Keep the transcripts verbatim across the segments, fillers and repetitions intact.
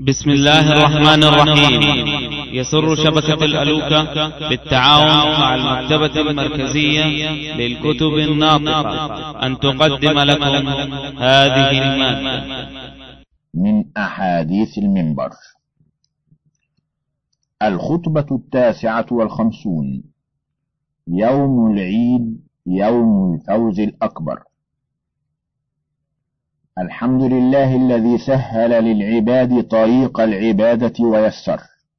بسم الله الرحمن الرحيم. يسر شبكة الألوكة بالتعاون مع المكتبة المركزية للكتب الناطقة أن تقدم لكم هذه المادة من أحاديث المنبر. الخطبة التاسعة والخمسون. يوم العيد يوم الفوز الأكبر. الحمد لله الذي سهل للعباد طريق العبادة ويسر،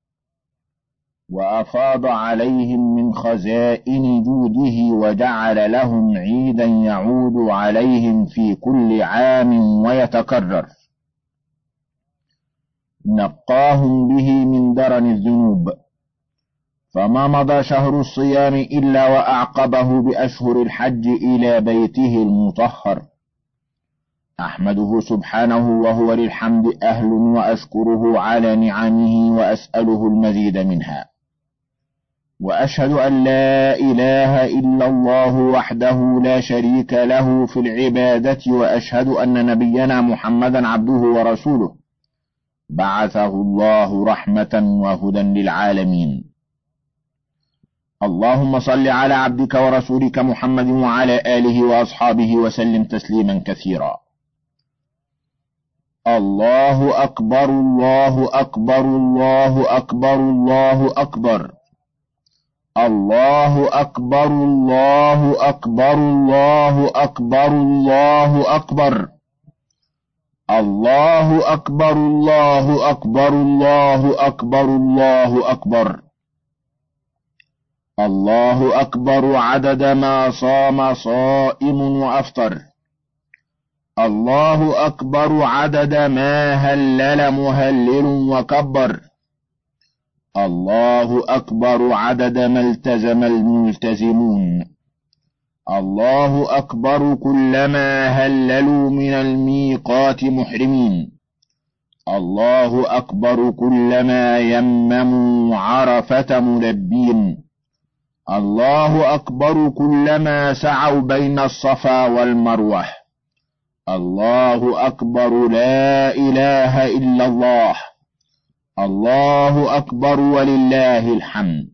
وأفاض عليهم من خزائن جوده، وجعل لهم عيدا يعود عليهم في كل عام ويتكرر، نقاهم به من درن الذنوب. فما مضى شهر الصيام إلا وأعقبه بأشهر الحج إلى بيته المطهر. أحمده سبحانه وهو للحمد أهل، وأشكره على نعمه وأسأله المزيد منها. وأشهد أن لا إله إلا الله وحده لا شريك له في العبادة، وأشهد أن نبينا محمدا عبده ورسوله بعثه الله رحمة وهدى للعالمين. اللهم صل على عبدك ورسولك محمد وعلى آله وأصحابه وسلم تسليما كثيرا. الله أكبر الله أكبر الله أكبر الله أكبر الله أكبر الله أكبر الله أكبر الله أكبر الله أكبر الله أكبر الله أكبر الله أكبر الله أكبر عدد ما صام صائم وأفطر. الله أكبر عدد ما هلل مهلل وكبر. الله أكبر عدد ما التزم الملتزمون. الله أكبر كلما هللوا من الميقات محرمين. الله أكبر كلما يمموا عرفة ملبين. الله أكبر كلما سعوا بين الصفا والمروة. الله أكبر لا إله إلا الله. الله أكبر ولله الحمد.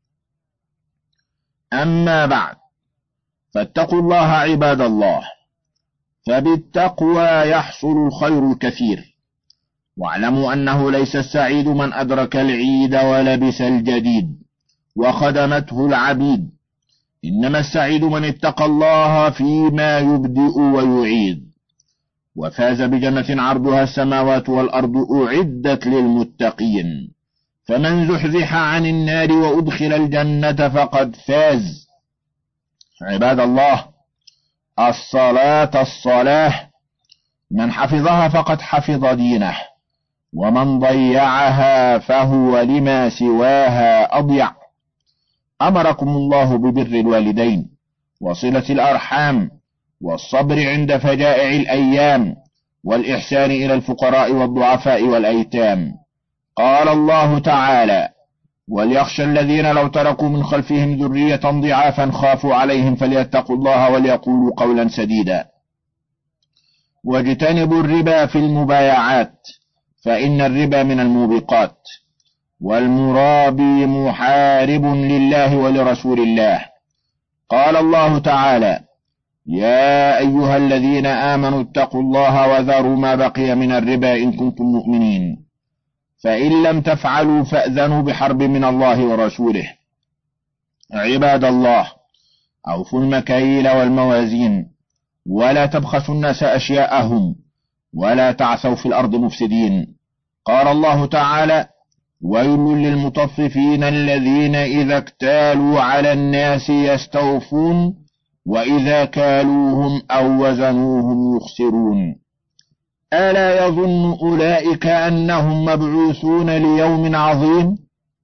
أما بعد، فاتقوا الله عباد الله، فبالتقوى يحصل الخير الكثير. واعلموا أنه ليس السعيد من أدرك العيد ولبس الجديد وخدمته العبيد، إنما السعيد من اتقى الله فيما يبدئ ويعيد، وفاز بجنة عرضها السماوات والأرض أعدت للمتقين. فمن زحزح عن النار وأدخل الجنة فقد فاز. عباد الله، الصلاة الصلاة، من حفظها فقد حفظ دينه، ومن ضيعها فهو لما سواها أضيع. أمركم الله ببر الوالدين وصلة الأرحام والصبر عند فجائع الأيام والإحسان إلى الفقراء والضعفاء والأيتام. قال الله تعالى: وليخشى الذين لو تركوا من خلفهم ذرية ضعافا خافوا عليهم فليتقوا الله وليقولوا قولا سديدا. واجتنبوا الربا في المبايعات، فإن الربا من الموبقات، والمرابي محارب لله ولرسول الله. قال الله تعالى: يا أيها الذين آمنوا اتقوا الله وذروا ما بقي من الربا إن كنتم مؤمنين، فإن لم تفعلوا فأذنوا بحرب من الله ورسوله. عباد الله، أوفوا المكاييل والموازين، ولا تبخسوا الناس أشياءهم، ولا تعثوا في الأرض مفسدين. قال الله تعالى: ويل للمطففين الذين إذا اكتالوا على الناس يستوفون، وإذا كالوهم أو وزنوهم يخسرون. ألا يظن أولئك أنهم مبعوثون ليوم عظيم؟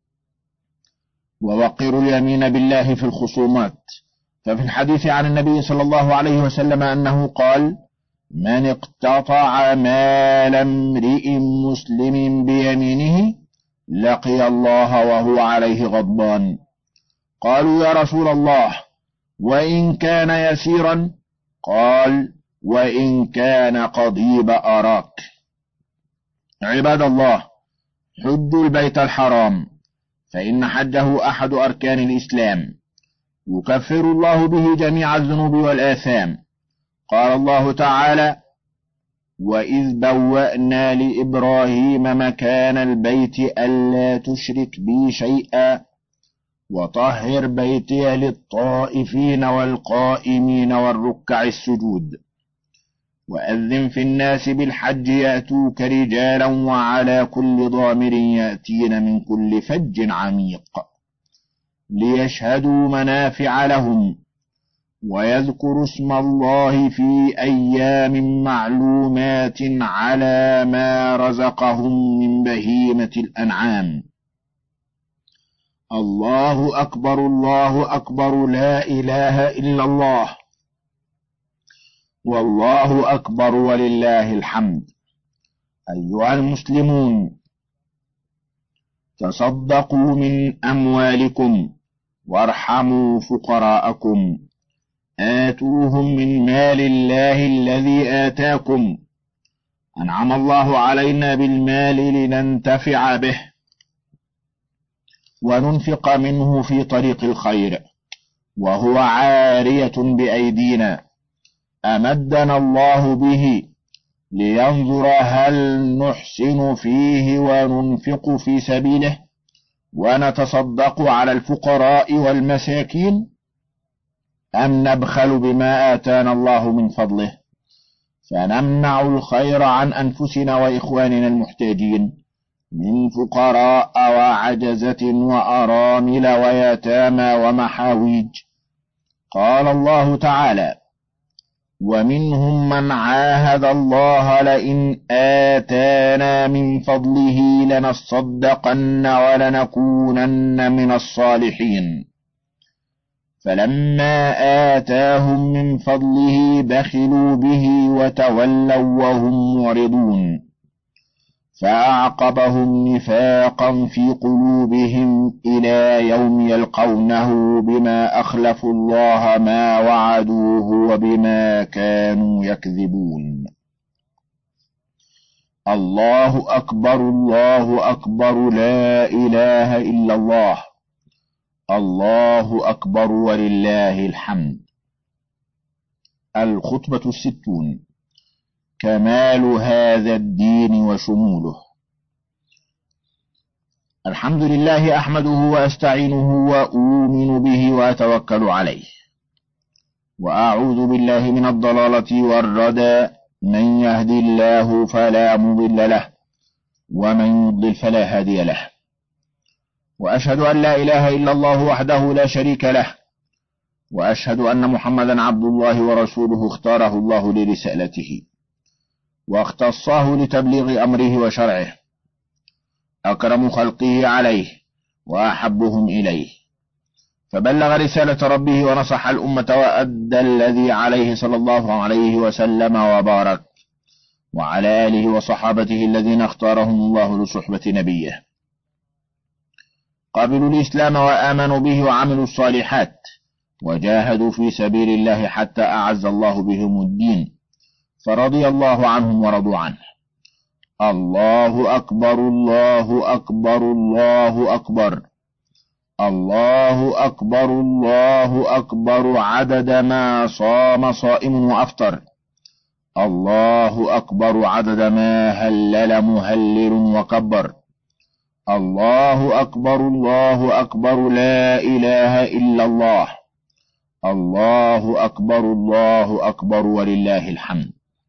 ووقروا اليمين بالله في الخصومات. ففي الحديث عن النبي صلى الله عليه وسلم أنه قال: من اقتطع مال امرئ مسلم بيمينه لقي الله وهو عليه غضبان. قالوا: يا رسول الله، وإن كان يسيرا؟ قال: وإن كان قضيب أراك. عباد الله، حجوا البيت الحرام، فإن حجه أحد أركان الإسلام، يكفر الله به جميع الذنوب والآثام. قال الله تعالى: وإذ بوأنا لإبراهيم مكان البيت ألا تشرك بي شيئا وطهر بيتي للطائفين والقائمين والركع السجود. وأذن في الناس بالحج يأتوك رجالا وعلى كل ضامر يأتين من كل فج عميق ليشهدوا منافع لهم ويذكروا اسم الله في أيام معلومات على ما رزقهم من بهيمة الأنعام. الله أكبر الله أكبر لا إله إلا الله والله أكبر ولله الحمد. أيها المسلمون، تصدقوا من أموالكم وارحموا فقراءكم، آتوهم من مال الله الذي آتاكم. أنعم الله علينا بالمال لننتفع به وننفق منه في طريق الخير، وهو عارية بأيدينا. أمدنا الله به لينظر هل نحسن فيه وننفق في سبيله ونتصدق على الفقراء والمساكين، أم نبخل بما آتانا الله من فضله فنمنع الخير عن أنفسنا وإخواننا المحتاجين من فقراء وعجزة وأرامل ويتامى ومحاويج. قال الله تعالى: ومنهم من عاهد الله لئن آتانا من فضله لنصدقن ولنكونن من الصالحين، فلما آتاهم من فضله بخلوا به وتولوا وهم معرضون، فأعقبهم نفاقا في قلوبهم إلى يوم يلقونه بما أخلفوا الله ما وعدوه وبما كانوا يكذبون. الله أكبر الله أكبر لا إله إلا الله، الله أكبر ولله الحمد. الخطبة الستون: كمال هذا الدين وشموله. الحمد لله، أحمده وأستعينه وأؤمن به وأتوكل عليه، وأعوذ بالله من الضلالة والردى. من يهدي الله فلا مضل له ومن يضلل فلا هادي له، وأشهد أن لا إله إلا الله وحده لا شريك له، وأشهد أن محمدا عبد الله ورسوله اختاره الله لرسالته واختصه لتبليغ أمره وشرعه، أكرم خلقه عليه وأحبهم إليه، فبلغ رسالة ربه ونصح الأمة وأدى الذي عليه صلى الله عليه وسلم وبارك، وعلى آله وصحابته الذين اختارهم الله لصحبة نبيه، قبلوا الإسلام وآمنوا به وعملوا الصالحات وجاهدوا في سبيل الله حتى أعز الله بهم الدين، فرضي الله عنهم ورضوا عنه. الله أكبر الله أكبر الله أكبر الله أكبر الله أكبر عدد ما صام صائم وأفطر، الله أكبر عدد ما هلل مهلل وكبر، الله أكبر الله أكبر لا إله إلا الله، الله أكبر الله أكبر ولله الحمد.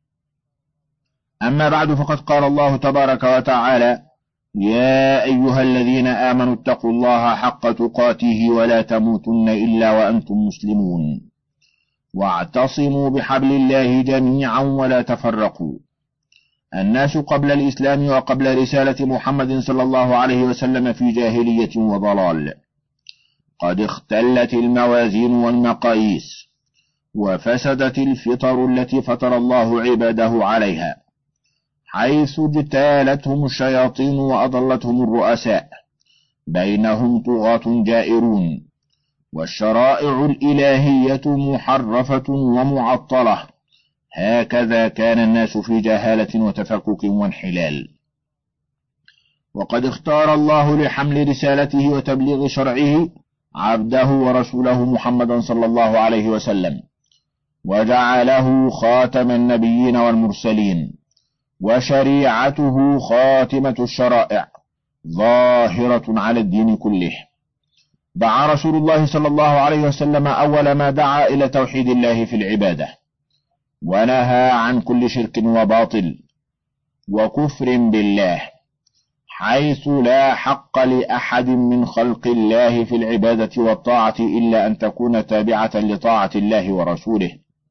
أما بعد، فقد قال الله تبارك وتعالى: يا أيها الذين آمنوا اتقوا الله حق تقاته ولا تموتن إلا وأنتم مسلمون، واعتصموا بحبل الله جميعا ولا تفرقوا. الناس قبل الإسلام وقبل رسالة محمد صلى الله عليه وسلم في جاهلية وضلال، قد اختلت الموازين والمقاييس، وفسدت الفطر التي فطر الله عباده عليها، حيث اجتالتهم الشياطين وأضلتهم الرؤساء، بينهم طغاة جائرون، والشرائع الإلهية محرفة ومعطلة. هكذا كان الناس في جهالة وتفكك وانحلال. وقد اختار الله لحمل رسالته وتبليغ شرعه عبده ورسوله محمدا صلى الله عليه وسلم، وجعله خاتم النبيين والمرسلين، وشريعته خاتمة الشرائع ظاهرة على الدين كله. دعا رسول الله صلى الله عليه وسلم أول ما دعا إلى توحيد الله في العبادة، ونهى عن كل شرك وباطل وكفر بالله، حيث لا حق لأحد من خلق الله في العبادة والطاعة إلا أن تكون تابعة لطاعة الله ورسوله.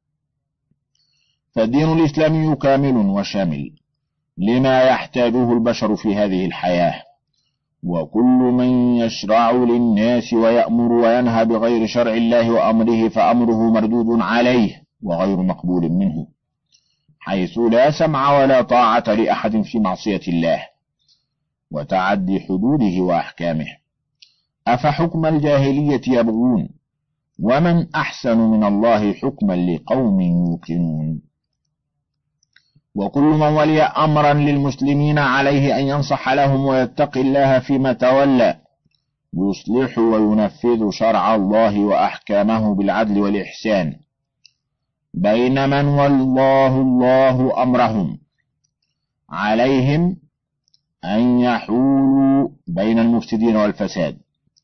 فالدين الإسلامي كامل وشامل لما يحتاجه البشر في هذه الحياة، وكل من يشرع للناس ويأمر وينهى بغير شرع الله وأمره فأمره مردود عليه وغير مقبول منه، حيث لا سمع ولا طاعة لأحد في معصية الله وتعدي حدوده وأحكامه. أفحكم الجاهلية يبغون ومن أحسن من الله حكما لقوم يوقنون. وكل من ولي أمرا للمسلمين عليه أن ينصح لهم ويتقي الله فيما تولى، يصلح وينفذ شرع الله وأحكامه بالعدل والإحسان بين من والله الله أمرهم، عليهم أن يحولوا بين المفسدين والفساد،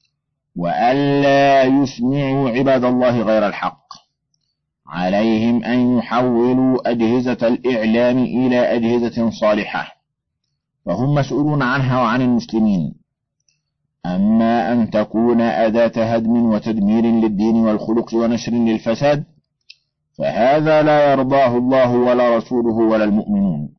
وألا يسمعوا عباد الله غير الحق. عليهم أن يحولوا أجهزة الإعلام إلى أجهزة صالحة، فهم مسؤولون عنها وعن المسلمين. أما أن تكون أداة هدم وتدمير للدين والخلق ونشر للفساد فهذا لا يرضاه الله ولا رسوله ولا المؤمنون.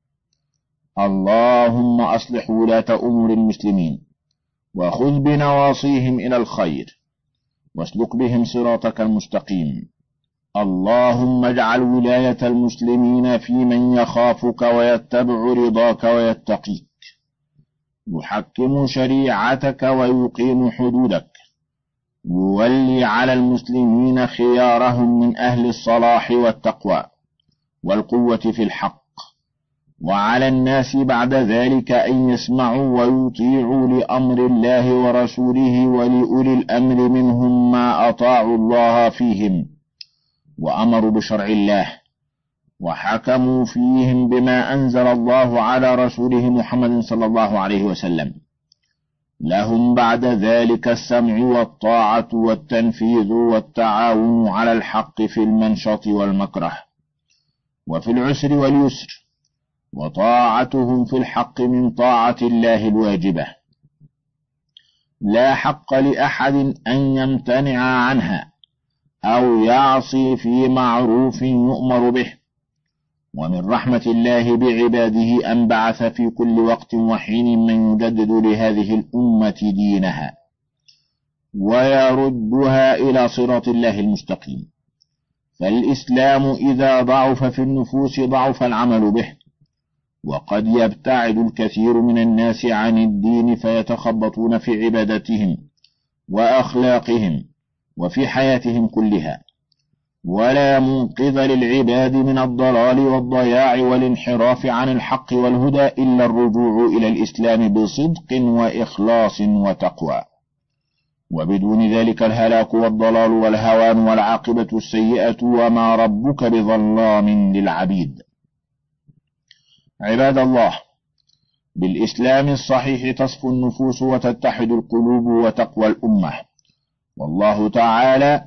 اللهم أصلح ولاة أمور المسلمين، وخذ بنواصيهم إلى الخير، واسلك بهم صراطك المستقيم. اللهم اجعل ولاية المسلمين في من يخافك ويتبع رضاك ويتقيك، يحكم شريعتك ويقيم حدودك، يولي على المسلمين خيارهم من أهل الصلاح والتقوى والقوة في الحق، وعلى الناس بعد ذلك أن يسمعوا ويطيعوا لأمر الله ورسوله ولأولي الأمر منهم ما أطاعوا الله فيهم وأمروا بشرع الله وحكموا فيهم بما أنزل الله على رسوله محمد صلى الله عليه وسلم. لهم بعد ذلك السمع والطاعة والتنفيذ والتعاون على الحق في المنشط والمكره وفي العسر واليسر، وطاعتهم في الحق من طاعة الله الواجبة، لا حق لأحد أن يمتنع عنها أو يعصي في معروف يؤمر به. ومن رحمة الله بعباده أن بعث في كل وقت وحين من يجدد لهذه الأمة دينها ويردها إلى صراط الله المستقيم. فالإسلام إذا ضعف في النفوس ضعف العمل به، وقد يبتعد الكثير من الناس عن الدين فيتخبطون في عبادتهم وأخلاقهم وفي حياتهم كلها، ولا منقذ للعباد من الضلال والضياع والانحراف عن الحق والهدى إلا الرجوع إلى الإسلام بصدق وإخلاص وتقوى، وبدون ذلك الهلاك والضلال والهوان والعاقبة السيئة، وما ربك بظلام للعبيد. عباد الله، بالإسلام الصحيح تصفو النفوس وتتحد القلوب وتقوى الأمة، والله تعالى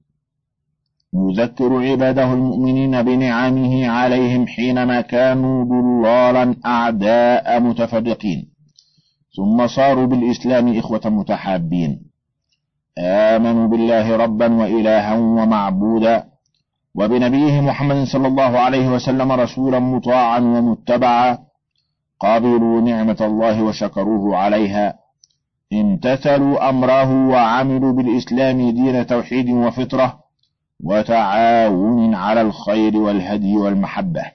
يذكر عباده المؤمنين بنعمه عليهم حينما كانوا ضلالا أعداء متفرقين ثم صاروا بالإسلام إخوة متحابين، آمنوا بالله ربا وإلها ومعبودا، وبنبيه محمد صلى الله عليه وسلم رسولا مطاعا ومتبعا، قابلوا نعمة الله وشكروه عليها، امتثلوا أمره وعملوا بالإسلام دين توحيد وفطرة وتعاون على الخير والهدي والمحبة،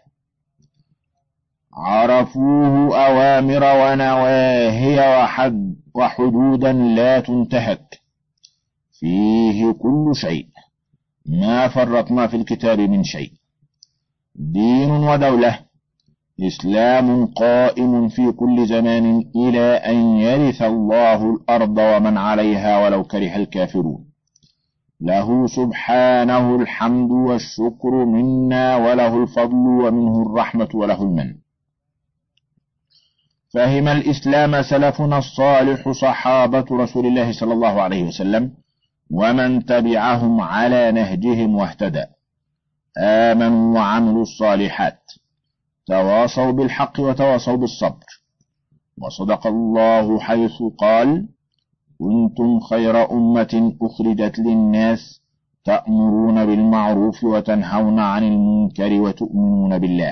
عرفوه أوامر ونواهي وحد وحدودا لا تنتهك، فيه كل شيء ما فرطنا في الكتاب من شيء، دين ودولة إسلام قائم في كل زمان إلى أن يرث الله الأرض ومن عليها ولو كره الكافرون. له سبحانه الحمد والشكر منا، وله الفضل ومنه الرحمة وله المن. فهم الإسلام سلفنا الصالح صحابة رسول الله صلى الله عليه وسلم ومن تبعهم على نهجهم واهتدى، آمنوا وعملوا الصالحات، تواصوا بالحق وتواصوا بالصبر. وصدق الله حيث قال: كنتم خير أمة أخرجت للناس تأمرون بالمعروف وتنهون عن المنكر وتؤمنون بالله.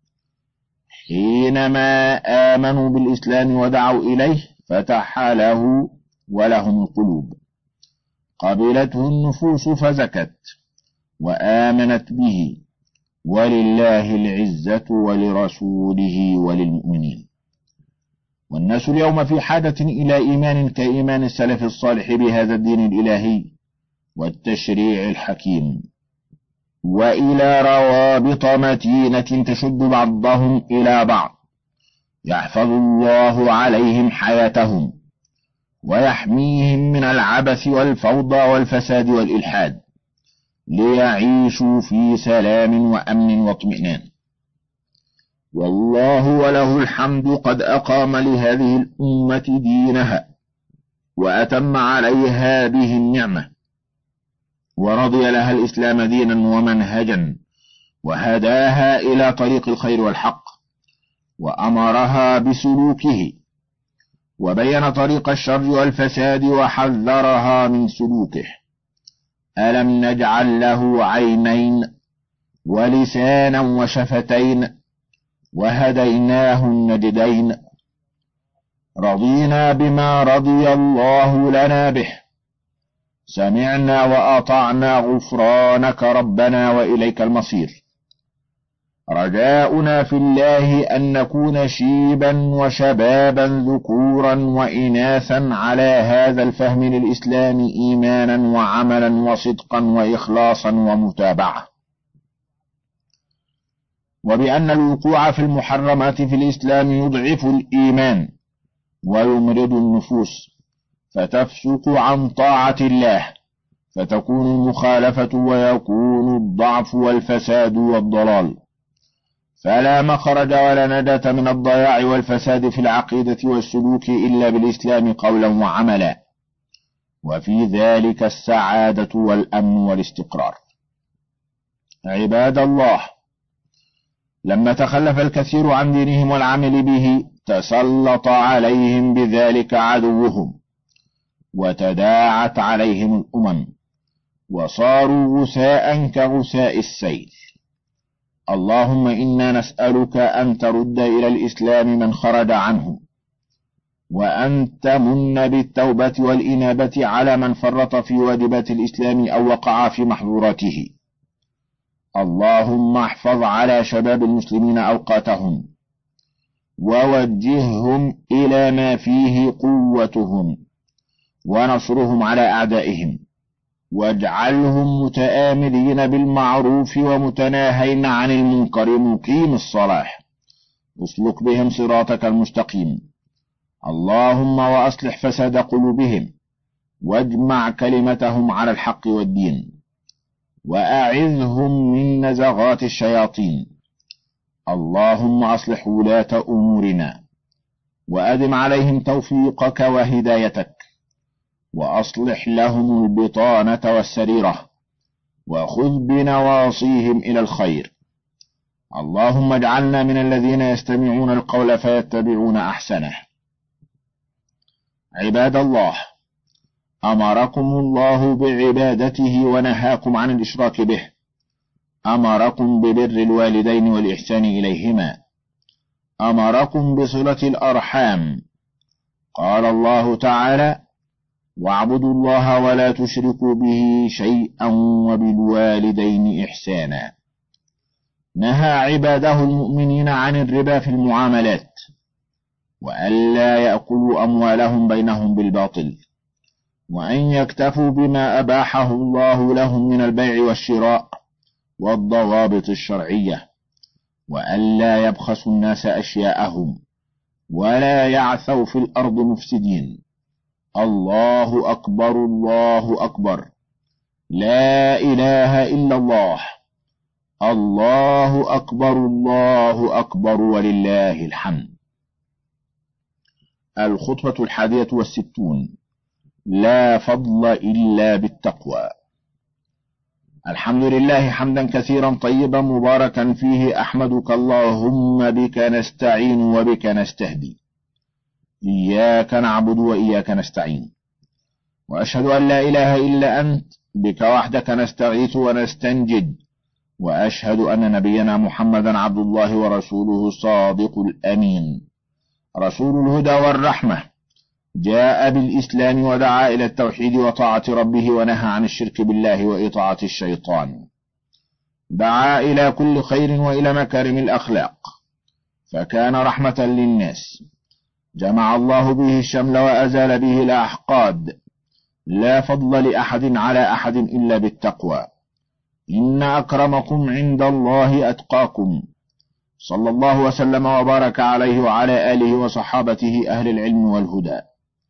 حينما آمنوا بالإسلام ودعوا إليه فتح له ولهم القلوب، قبلته النفوس فزكت وآمنت به، ولله العزة ولرسوله وللمؤمنين. والناس اليوم في حاجة إلى إيمان كإيمان السلف الصالح بهذا الدين الإلهي والتشريع الحكيم، وإلى روابط متينة تشد بعضهم إلى بعض، يحفظ الله عليهم حياتهم ويحميهم من العبث والفوضى والفساد والإلحاد، ليعيشوا في سلام وأمن واطمئنان. والله وله الحمد قد أقام لهذه الأمة دينها وأتم عليها به النعمة، ورضي لها الإسلام دينا ومنهجا، وهداها إلى طريق الخير والحق، وأمرها بسلوكه، وبين طريق الشر والفساد وحذرها من سلوكه. ألم نجعل له عينين ولسانا وشفتين وهديناه النجدين، رضينا بما رضي الله لنا به، سمعنا وأطعنا غفرانك ربنا وإليك المصير. رجاؤنا في الله أن نكون شيبا وشبابا ذكورا وإناثا على هذا الفهم للإسلام إيمانا وعملا وصدقا وإخلاصا ومتابعة، وبأن الوقوع في المحرمات في الإسلام يضعف الإيمان ويمرض النفوس فتفسق عن طاعة الله، فتكون المخالفة ويكون الضعف والفساد والضلال. فلا مخرج ولا نجاة من الضياع والفساد في العقيدة والسلوك إلا بالإسلام قولا وعملا، وفي ذلك السعادة والأمن والاستقرار. عباد الله، لما تخلف الكثير عن دينهم والعمل به تسلط عليهم بذلك عدوهم، وتداعت عليهم الأمم، وصاروا غثاء كغثاء السيل. اللهم إنا نسألك أن ترد إلى الإسلام من خرج عنه، وأن تمن بالتوبة والإنابة على من فرط في واجبات الإسلام أو وقع في محظوراته. اللهم احفظ على شباب المسلمين أوقاتهم، ووجههم إلى ما فيه قوتهم ونصرهم على أعدائهم، واجعلهم متآمرين بالمعروف ومتناهين عن المنكر مقيم الصلاح، اسلك بهم صراطك المستقيم. اللهم وأصلح فساد قلوبهم، واجمع كلمتهم على الحق والدين، وأعذهم من نزغات الشياطين. اللهم أصلح ولاة أمورنا، وأدم عليهم توفيقك وهدايتك، وأصلح لهم البطانة والسريرة، وخذ بنواصيهم إلى الخير. اللهم اجعلنا من الذين يستمعون القول فيتبعون أحسنه. عباد الله، أمركم الله بعبادته ونهاكم عن الإشراك به، أمركم ببر الوالدين والإحسان إليهما، أمركم بصلة الأرحام. قال الله تعالى: واعبدوا الله ولا تشركوا به شيئا وبالوالدين إحسانا. نهى عباده المؤمنين عن الربا في المعاملات، وألا يأكلوا أموالهم بينهم بالباطل، وأن يكتفوا بما أباحه الله لهم من البيع والشراء والضوابط الشرعية. وألا يبخسوا الناس أشياءهم ولا يعثوا في الأرض مفسدين. الله أكبر الله أكبر، لا إله إلا الله، الله أكبر الله أكبر ولله الحمد. الخطبة الحادية والستون: لا فضل إلا بالتقوى. الحمد لله حمدا كثيرا طيبا مباركا فيه، أحمدك اللهم بك نستعين وبك نستهدي، إياك نعبد وإياك نستعين، وأشهد أن لا إله إلا أنت بك وحدك نستغيث ونستنجد، وأشهد أن نبينا محمدا عبد الله ورسوله الصادق الأمين، رسول الهدى والرحمة، جاء بالإسلام ودعا إلى التوحيد وطاعة ربه ونهى عن الشرك بالله وإطاعة الشيطان، دعا إلى كل خير وإلى مكارم الأخلاق، فكان رحمة للناس، جمع الله به الشمل وأزال به الأحقاد. لا فضل لأحد على أحد إلا بالتقوى، إن أكرمكم عند الله أتقاكم. صلى الله وسلم وبارك عليه وعلى آله وصحابته أهل العلم والهدى.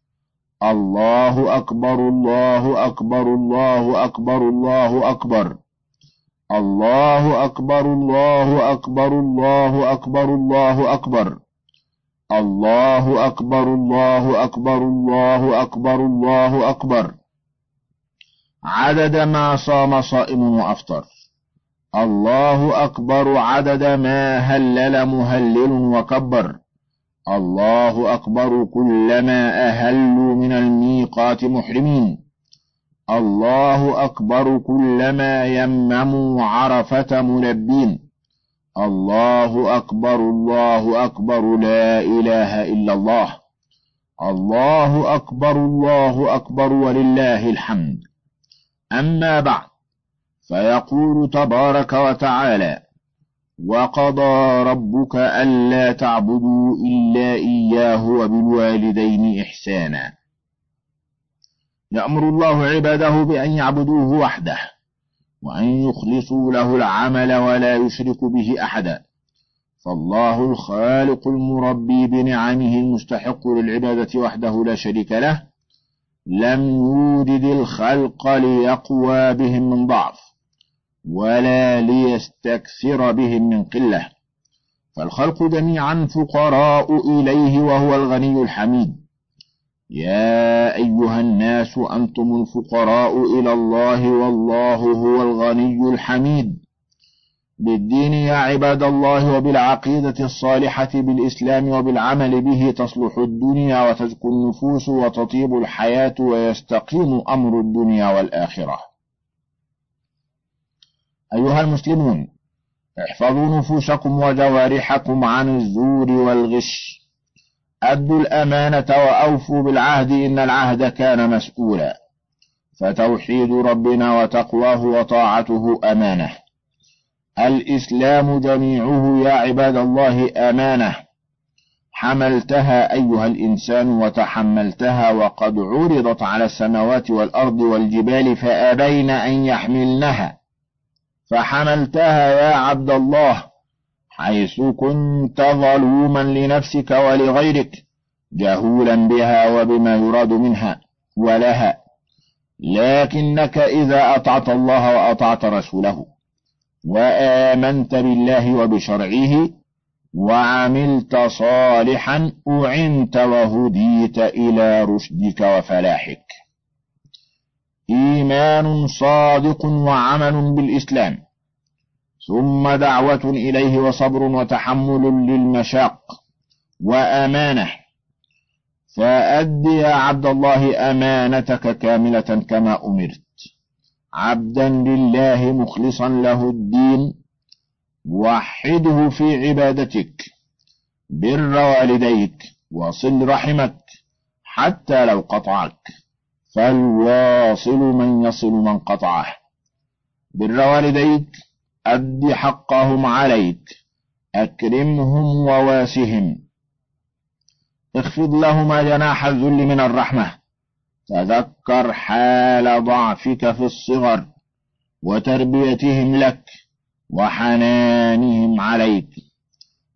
الله أكبر الله أكبر الله أكبر الله أكبر، الله أكبر الله أكبر الله أكبر الله أكبر، الله أكبر الله أكبر الله أكبر الله أكبر، عدد ما صام صائم وأفطر. الله أكبر عدد ما هلل مهلل وكبر. الله أكبر كلما أهلوا من الميقات محرمين. الله أكبر كلما يمموا عرفة ملبين. الله أكبر الله أكبر لا إله إلا الله. الله أكبر الله أكبر ولله الحمد. أما بعد، فيقول تبارك وتعالى: وقضى ربك ألا تعبدوا إلا إياه وبالوالدين إحسانا. يأمر الله عباده بأن يعبدوه وحده، وأن يخلصوا له العمل ولا يشرك به أحدا، فالله الخالق المربي بنعمه المستحق للعبادة وحده لا شريك له، لم يوجد الخلق ليقوى بهم من ضعف ولا ليستكثر بهم من قلة، فالخلق جميعا فقراء إليه وهو الغني الحميد. يا أيها الناس أنتم الفقراء إلى الله والله هو الغني الحميد. بالدين يا عباد الله، وبالعقيدة الصالحة بالإسلام وبالعمل به تصلح الدنيا وتزكو النفوس وتطيب الحياة ويستقيم أمر الدنيا والآخرة. أيها المسلمون، احفظوا نفوسكم وجوارحكم عن الزور والغش، أدوا الأمانة وأوفوا بالعهد، إن العهد كان مسؤولا، فتوحيد ربنا وتقواه وطاعته أمانة. الإسلام جميعه يا عباد الله أمانة، حملتها أيها الإنسان وتحملتها، وقد عرضت على السماوات والأرض والجبال فأبين أن يحملنها، فحملتها يا عبد الله، حيث كنت ظلوما لنفسك ولغيرك، جهولا بها وبما يراد منها ولها، لكنك إذا أطعت الله وأطعت رسوله وآمنت بالله وبشرعه وعملت صالحا أعنت وهديت إلى رشدك وفلاحك. إيمان صادق وعمل بالإسلام، ثم دعوة إليه وصبر وتحمل للمشاق وأمانة، فأد يا عبد الله أمانتك كاملة كما أمرت، عبدا لله مخلصا له الدين، وحده في عبادتك، بر والديك وصل رحمك حتى لو قطعك، فالواصل من يصل من قطعه. بر والديك، أد حقهم عليك، أكرمهم وواسهم، اخفض لهما جناح الذل من الرحمة، تذكر حال ضعفك في الصغر وتربيتهم لك وحنانهم عليك،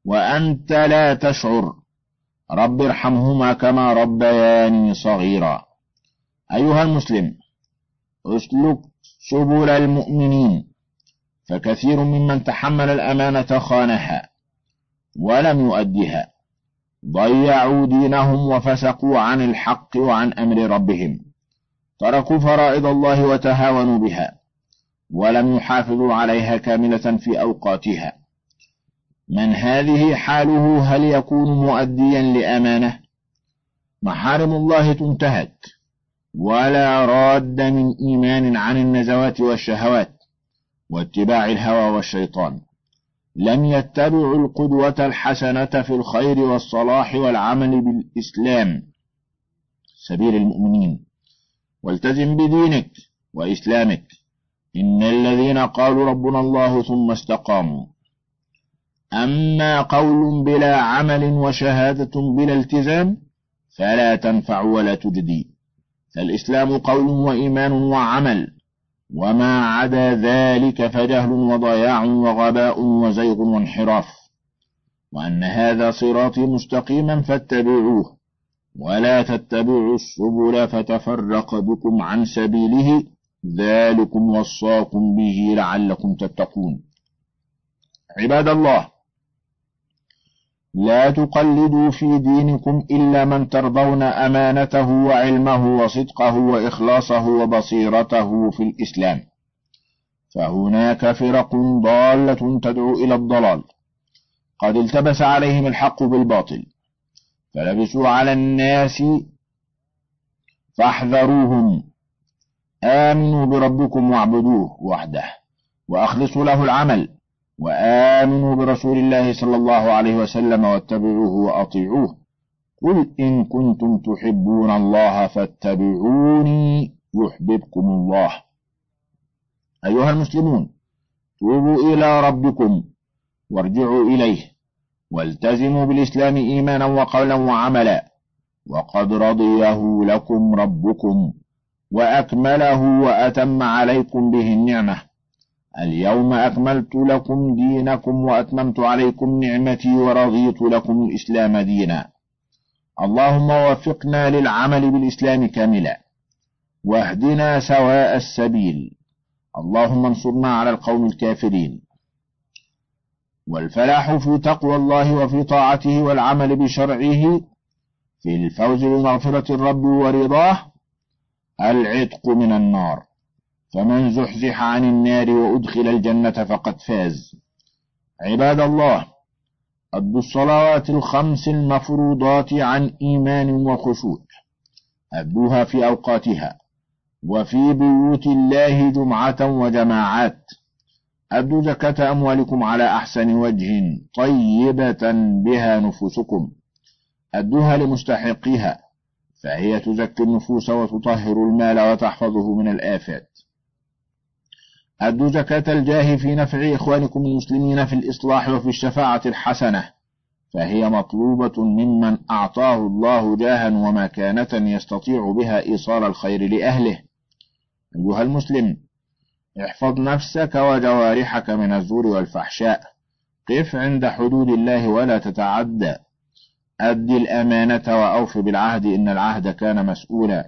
وأنت لا تشعر. رب ارحمهما كما ربياني صغيرا. أيها المسلم، اسلك سبل المؤمنين، فكثير ممن تحمل الأمانة خانها ولم يؤدها، ضيعوا دينهم وفسقوا عن الحق وعن أمر ربهم، تركوا فرائض الله وتهاونوا بها، ولم يحافظوا عليها كاملة في أوقاتها. من هذه حاله هل يكون مؤديا لأمانة؟ محارم الله تنتهك، ولا راد من إيمان عن النزوات والشهوات واتباع الهوى والشيطان. لم يتبعوا القدوة الحسنة في الخير والصلاح والعمل بالإسلام سبيل المؤمنين. والتزم بدينك وإسلامك. إن الذين قالوا ربنا الله ثم استقاموا. أما قول بلا عمل وشهادة بلا التزام فلا تنفع ولا تجدي. فالإسلام قول وإيمان وعمل، وما عدا ذلك فجهل وضياع وغباء وزيغ وانحراف. وأن هذا صراطي مستقيما فاتبعوه، ولا تتبعوا السبل فتفرق بكم عن سبيله، ذلكم وصاكم به لعلكم تتقون. عباد الله، لا تقلدوا في دينكم إلا من ترضون أمانته وعلمه وصدقه وإخلاصه وبصيرته في الإسلام، فهناك فرق ضالة تدعو إلى الضلال، قد التبس عليهم الحق بالباطل فلبسوا على الناس فاحذروهم. آمنوا بربكم واعبدوه وحده وأخلصوا له العمل، وآمنوا برسول الله صلى الله عليه وسلم واتبعوه وأطيعوه. قل إن كنتم تحبون الله فاتبعوني يحببكم الله. أيها المسلمون، توبوا إلى ربكم وارجعوا إليه، والتزموا بالإسلام إيمانا وقولا وعملا، وقد رضيه لكم ربكم وأكمله وأتم عليكم به النعمة. اليوم أكملت لكم دينكم وأتممت عليكم نعمتي ورضيت لكم الإسلام دينا. اللهم وفقنا للعمل بالإسلام كاملا، واهدنا سواء السبيل. اللهم انصرنا على القوم الكافرين. والفلاح في تقوى الله وفي طاعته والعمل بشرعه، في الفوز بمغفرة الرب ورضاه، العتق من النار. فمن زحزح عن النار وأدخل الجنة فقد فاز. عباد الله، أدوا الصلوات الخمس المفروضات عن إيمان وخشوع، أدوها في أوقاتها وفي بيوت الله جمعة وجماعات. أدوا زكاة أموالكم على أحسن وجه طيبة بها نفوسكم، أدوها لمستحقيها، فهي تزكي النفوس وتطهر المال وتحفظه من الآفات. أدوا زكاة الجاه في نفع إخوانكم المسلمين في الإصلاح وفي الشفاعة الحسنة، فهي مطلوبة ممن أعطاه الله جاها ومكانة يستطيع بها إيصال الخير لأهله. أيها المسلم، احفظ نفسك وجوارحك من الزور والفحشاء، قف عند حدود الله ولا تتعدى، أد الأمانة وأوف بالعهد إن العهد كان مسؤولا،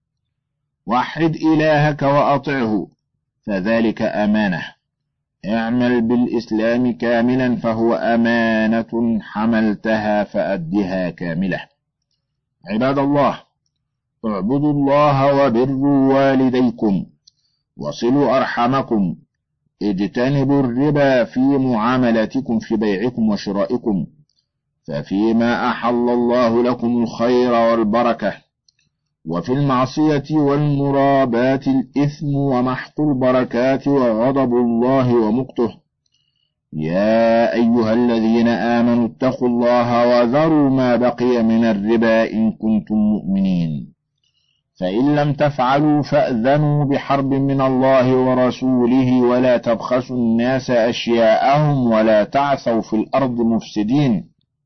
وحد إلهك وأطعه فذلك أمانة، اعمل بالإسلام كاملا فهو أمانة حملتها فأدها كاملة. عباد الله، اعبدوا الله وبروا والديكم وصلوا أرحمكم، اجتنبوا الربا في معاملاتكم في بيعكم وشرائكم، ففيما أحل الله لكم الخير والبركة، وفي المعصية والمرابات الإثم ومحق البركات وغضب الله ومقته. يا أيها الذين آمنوا اتقوا الله وذروا ما بقي من الربا إن كنتم مؤمنين، فإن لم تفعلوا فأذنوا بحرب من الله ورسوله، ولا تبخسوا الناس أشياءهم ولا تعثوا في الأرض مفسدين،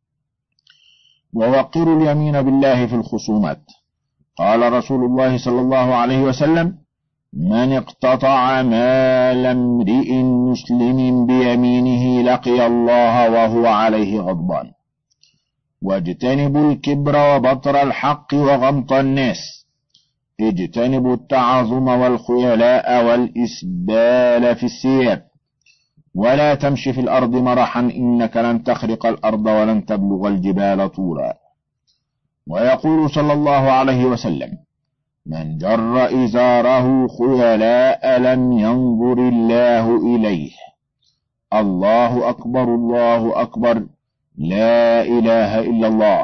ووقروا اليمين بالله في الخصومات. قال رسول الله صلى الله عليه وسلم: من اقتطع مال امرئ مسلم بيمينه لقي الله وهو عليه غضبان. واجتنبوا الكبر وبطر الحق وغمط الناس. اجتنبوا التعظم والخيلاء والإسبال في الثياب. ولا تمشي في الأرض مرحا إنك لن تخرق الأرض ولن تبلغ الجبال طولا. ويقول صلى الله عليه وسلم: من جر إزاره خيلاء لم ينظر الله إليه. الله أكبر الله أكبر، لا إله إلا الله،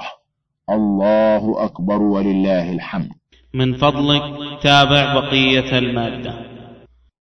الله أكبر ولله الحمد. من فضلك تابع بقية المادة.